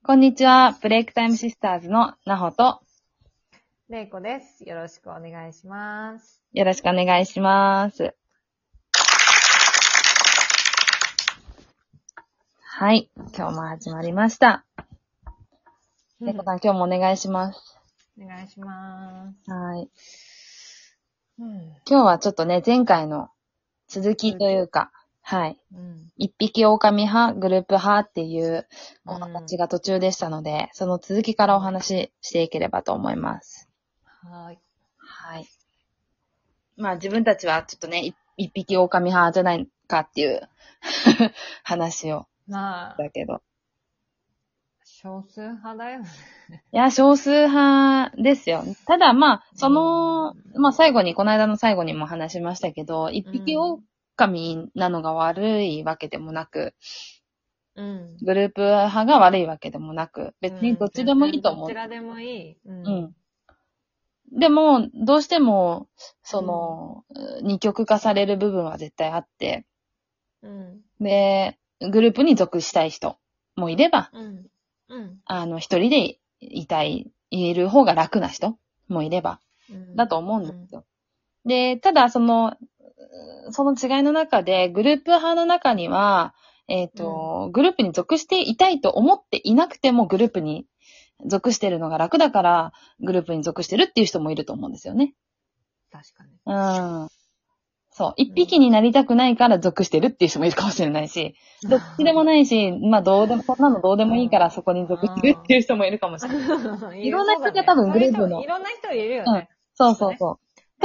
こんにちは。ブレイクタイムシスターズのなほと、 れいこです。よろしくお願いします。 よろしくお願いします。はい。今日も始まりました。ねこさん、今日もお願いします。 お願いします。 はい。 今今日はちょっとね、前回の続きというか、はい。一匹狼派、グループ派っていうお話が途中でしたので、その続きからお話ししていければと思います。 はい。 はい。まあ自分たちはちょっとね、一匹狼派じゃないかっていう話をまあ、 だけど。 少数派だよね。 いや、少数派ですよ。ただまあ、まあ最後に、この間の最後にも話しましたけど、一匹狼なのが悪いわけでもなく、グループ派が悪いわけでもなく、別にどっちでもいいと思う。 どちらでもいい。 でも、どうしても、二極化される部分は絶対あって、で、グループに属したい人もいれば、一人でいる方が楽な人もいれば、だと思うんですよ。で、ただその違いの中で、グループ派の中には、グループに属していたいと思っていなくてもグループに属してるのが楽だから、グループに属してるっていう人もいると思うんですよね。 確かに。 そう。一匹になりたくないから属してるっていう人もいるかもしれないし、どっちでもないし、まあどうでも、そんなのどうでもいいからそこに属してるっていう人もいるかもしれない。いろんな人が多分グループの。 いろんな人いるよね。 そうそうそう。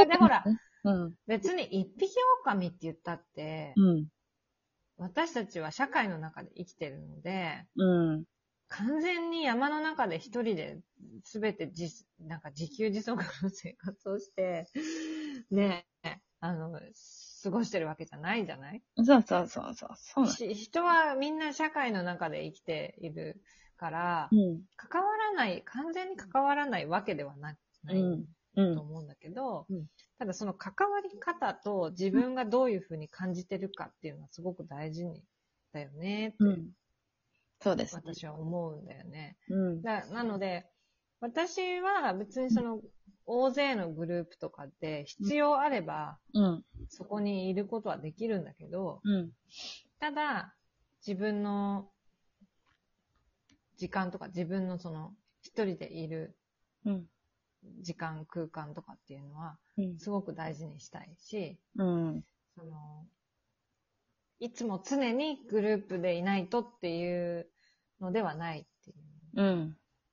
で、ほら、別に一匹狼って言ったって、私たちは社会の中で生きてるので、完全に山の中で一人で全てなんか自給自足の生活をして、ね過ごしてるわけじゃないじゃない？ そう人はみんな社会の中で生きているから、完全に関わらないわけではない、と思うんだけど、ただその関わり方と自分がどういうふうに感じてるかっていうのはすごく大事だよねって。 そうです、 私は思うんだよね。なので、私は別に大勢のグループとかって必要あれば、そこにいることはできるんだけど、ただ、自分の時間とか自分の一人でいる時間、空間とかっていうのは、すごく大事にしたいし、いつも常にグループでいないとっていうのではないっていう、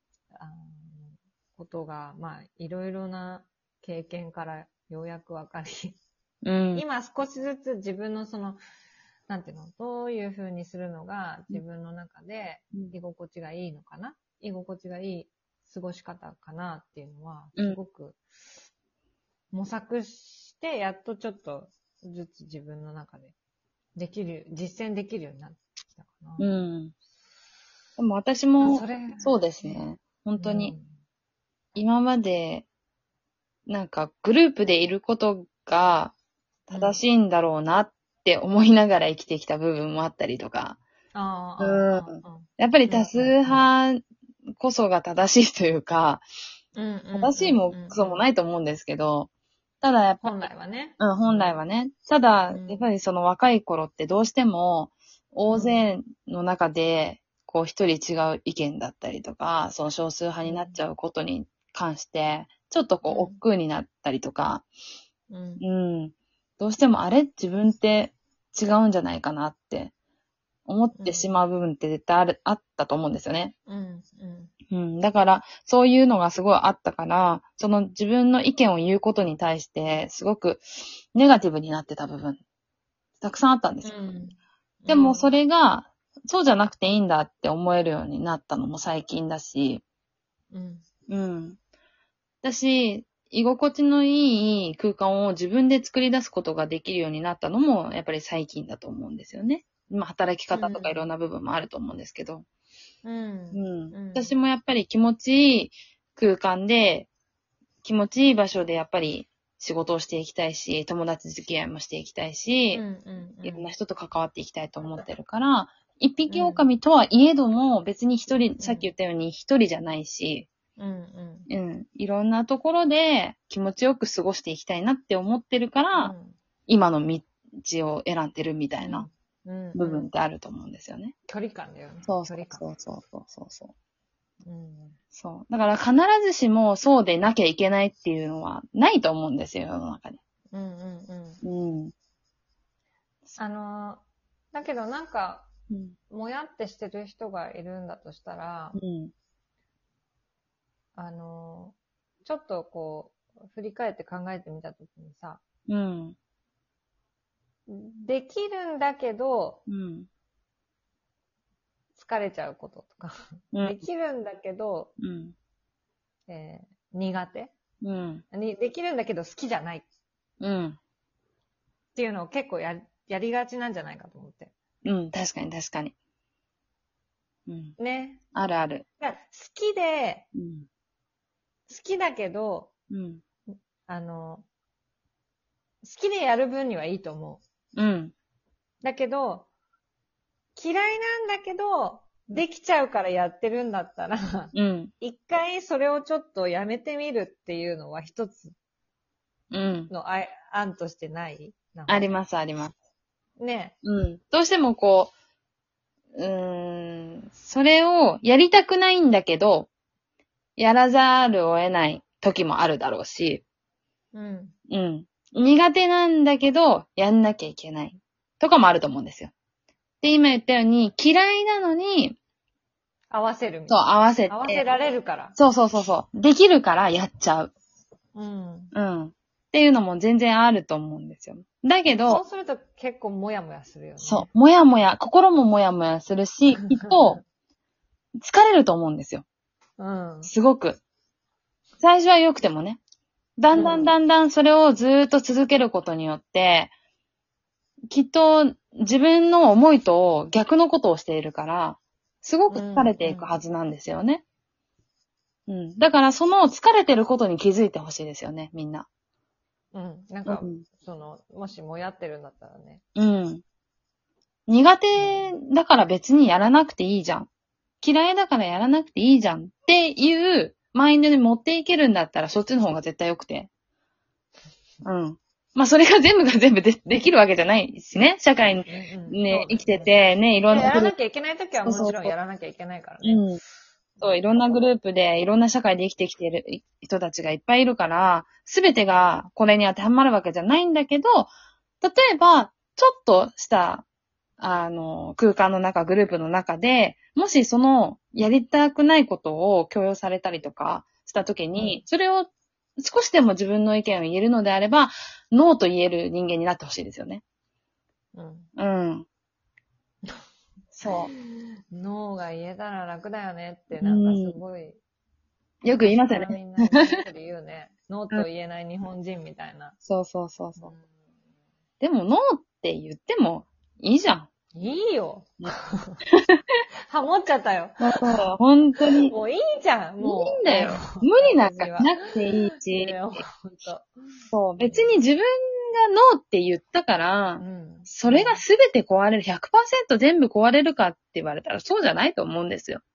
ことが、まあ、いろいろな経験からようやくわかり、今少しずつ自分のなんていうの、どういう風にするのが自分の中で居心地がいいのかな、居心地がいい過ごし方かなっていうのは、すごく模索して、やっとちょっとずつ自分の中で実践できるようになってきたかな。 でも私も、そうですね。本当に、今まで、なんかグループでいることが正しいんだろうなって思いながら生きてきた部分もあったりとか。やっぱり多数派こそが正しいというか、正しいもクソもないと思うんですけど、ただやっぱり、 本来はね。 本来はね。ただ、やっぱりその若い頃ってどうしても、大勢の中で、こう一人違う意見だったりとか、その少数派になっちゃうことに関して、ちょっとこう、億劫になったりとか、どうしてもあれ自分って違うんじゃないかなって思ってしまう部分って絶対あったと思うんですよね。だから、そういうのがすごいあったから、その自分の意見を言うことに対して、すごくネガティブになってた部分、たくさんあったんですよ。でも、それが、そうじゃなくていいんだって思えるようになったのも最近だし、だし、居心地のいい空間を自分で作り出すことができるようになったのも、やっぱり最近だと思うんですよね。まあ、働き方とかいろんな部分もあると思うんですけど。私もやっぱり気持ちいい空間で、気持ちいい場所でやっぱり仕事をしていきたいし、友達付き合いもしていきたいし、いろんな人と関わっていきたいと思ってるから、 一匹狼とはいえども、別に一人、さっき言ったように一人じゃないし、いろんなところで気持ちよく過ごしていきたいなって思ってるから、今の道を選んでるみたいな部分ってあると思うんですよね。 距離感だよね。 そう距離感。 そう。だから必ずしもそうでなきゃいけないっていうのはないと思うんですよ、世の中で。 だけどなんか、もやってしてる人がいるんだとしたら、ちょっとこう、振り返って考えてみたときにさ、できるんだけど、疲れちゃうこととか、できるんだけど、苦手、できるんだけど好きじゃない。っていうのを結構やりがちなんじゃないかと思って。 確かに確かに。 ね。 あるある。 好きで、好きだけど、好きでやる分にはいいと思う。だけど、嫌いなんだけど、できちゃうからやってるんだったら、一回それをちょっとやめてみるっていうのは一つの案としてない？ あります、あります。 ね。 どうしてもこう、それをやりたくないんだけど、やらざるを得ない時もあるだろうし、苦手なんだけど、やんなきゃいけないとかもあると思うんですよ。で、今言ったように、嫌いなのに、 合わせるみたいな。そう、合わせて。 合わせられるから。 そう。できるからやっちゃう。っていうのも全然あると思うんですよ。だけど、 そうすると結構もやもやするよね。 そう、もやもや、心ももやもやするし、きっと、疲れると思うんですよ。すごく。最初は良くてもね。だんだんそれをずーっと続けることによって、きっと自分の思いと逆のことをしているから、すごく疲れていくはずなんですよね。だからその疲れてることに気づいてほしいですよね、みんな。 なんか、もしもやってるんだったらね。 苦手だから別にやらなくていいじゃん。嫌いだからやらなくていいじゃんっていうマインドに持っていけるんだったらそっちの方が絶対良くて。まあそれが全部できるわけじゃないしね。社会にね、生きててね、いろんな。 やらなきゃいけないときはもちろんやらなきゃいけないからね。 そう、いろんなグループで、いろんな社会で生きてきている人たちがいっぱいいるから、すべてがこれに当てはまるわけじゃないんだけど、例えば、ちょっとした、空間の中、グループの中で、もしその、やりたくないことを強要されたりとかしたときに、それを少しでも自分の意見を言えるのであれば、ノーと言える人間になってほしいですよね。そう。 ノーが言えたら楽だよねって、なんかすごい。 よく言いますよね。 みんな言うね。ノーと言えない日本人みたいな。 そう。でも、ノーって言ってもいいじゃん。 いいよ。ハモっちゃったよ。 本当に。 もういいじゃん。もう。 いいんだよ。無理なんかなくていいし。そう。別に自分がノーって言ったから、それが全て壊れる、100% 全部壊れるかって言われたらそうじゃないと思うんですよ。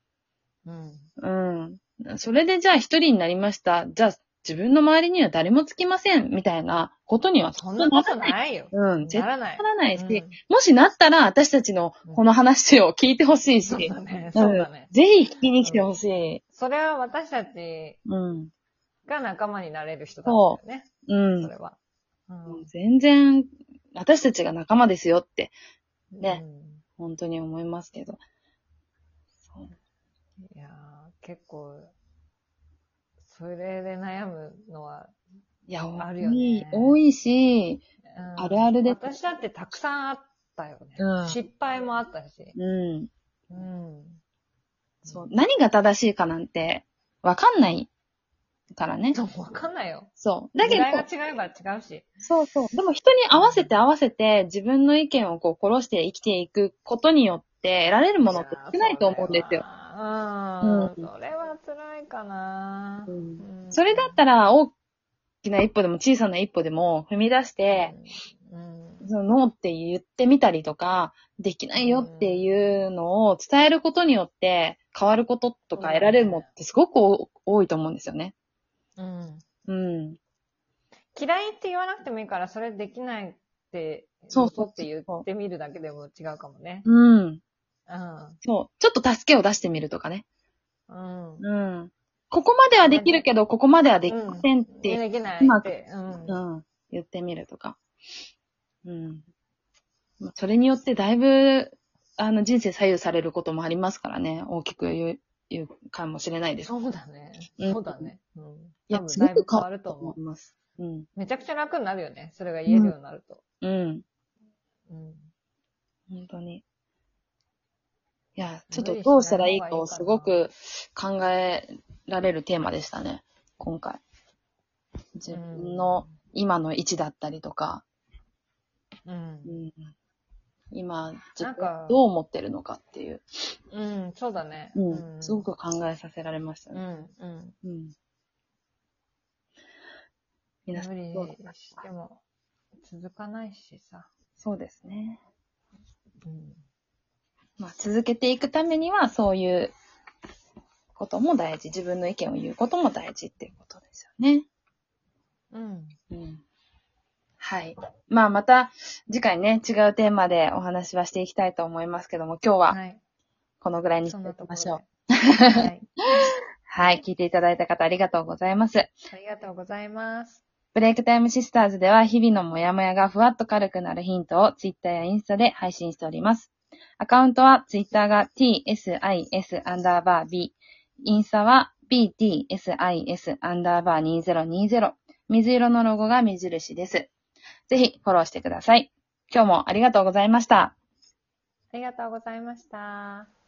それでじゃあ一人になりました。じゃあ自分の周りには誰もつきませんみたいなことにはそんなことないよ。 絶対ならないし、もしなったら私たちのこの話を聞いてほしいし、 そうだね。 ぜひ聞きに来てほしい。 それは私たちが仲間になれる人だよね。それは。 全然私たちが仲間ですよってね、本当に思いますけど。 いやー、結構それで悩むのはあるよね。 多いし、あるあるで。 私だってたくさんあったよね。失敗もあったし。 そう。何が正しいかなんてわかんないからね。 そう、わかんないよ。 そう。 だけど。時代が違えば違うし。 そう。でも人に合わせて自分の意見をこう殺して生きていくことによって得られるものって少ないと思うんですよ。 それは辛いかな。 それだったら大きな一歩でも小さな一歩でも踏み出して、 そのノーって言ってみたりとか、できないよっていうのを伝えることによって変わることとか得られるものってすごく多いと思うんですよね。 うん。 うん。 嫌いって言わなくてもいいから、それできないって、 そうボソって言ってみるだけでも違うかもね。 うん。 うん。 そう。ちょっと助けを出してみるとかね。 うん。 うん。ここまではできるけど、ここまではできませんって、 できないって、 言ってみるとか。うん。それによってだいぶ、人生左右されることもありますからね。大きく言うかもしれないです。 そうだね。そうだね。うん。 いや、 多分だいぶ変わると思います。うん。 めちゃくちゃ楽になるよね。それが言えるようになると。 うん。 うん。 本当に。いや、ちょっとどうしたらいいかをすごく考えられるテーマでしたね。今回。自分の今の位置だったりとか。 うん。 今、自分どう思ってるのかっていう。 うん、そうだね。 うん。すごく考えさせられましたね。 うん。 皆さん。 無理しても続かないしさ。 そうですね。 うん。 まあ、続けていくためには、そういうことも大事。自分の意見を言うことも大事っていうことですよね。 うん。 はい。まあ、また次回ね、違うテーマでお話はしていきたいと思いますけども、今日はこのぐらいにしておきましょう。はい。はい。聞いていただいた方ありがとうございます。 ありがとうございます。 ブレイクタイムシスターズでは日々のモヤモヤがふわっと軽くなるヒントをツイッターやインスタで配信しております。アカウントはツイッターが tsis_b、インスタは btsis_2020、水色のロゴが目印です。ぜひフォローしてください。今日もありがとうございました。 ありがとうございました。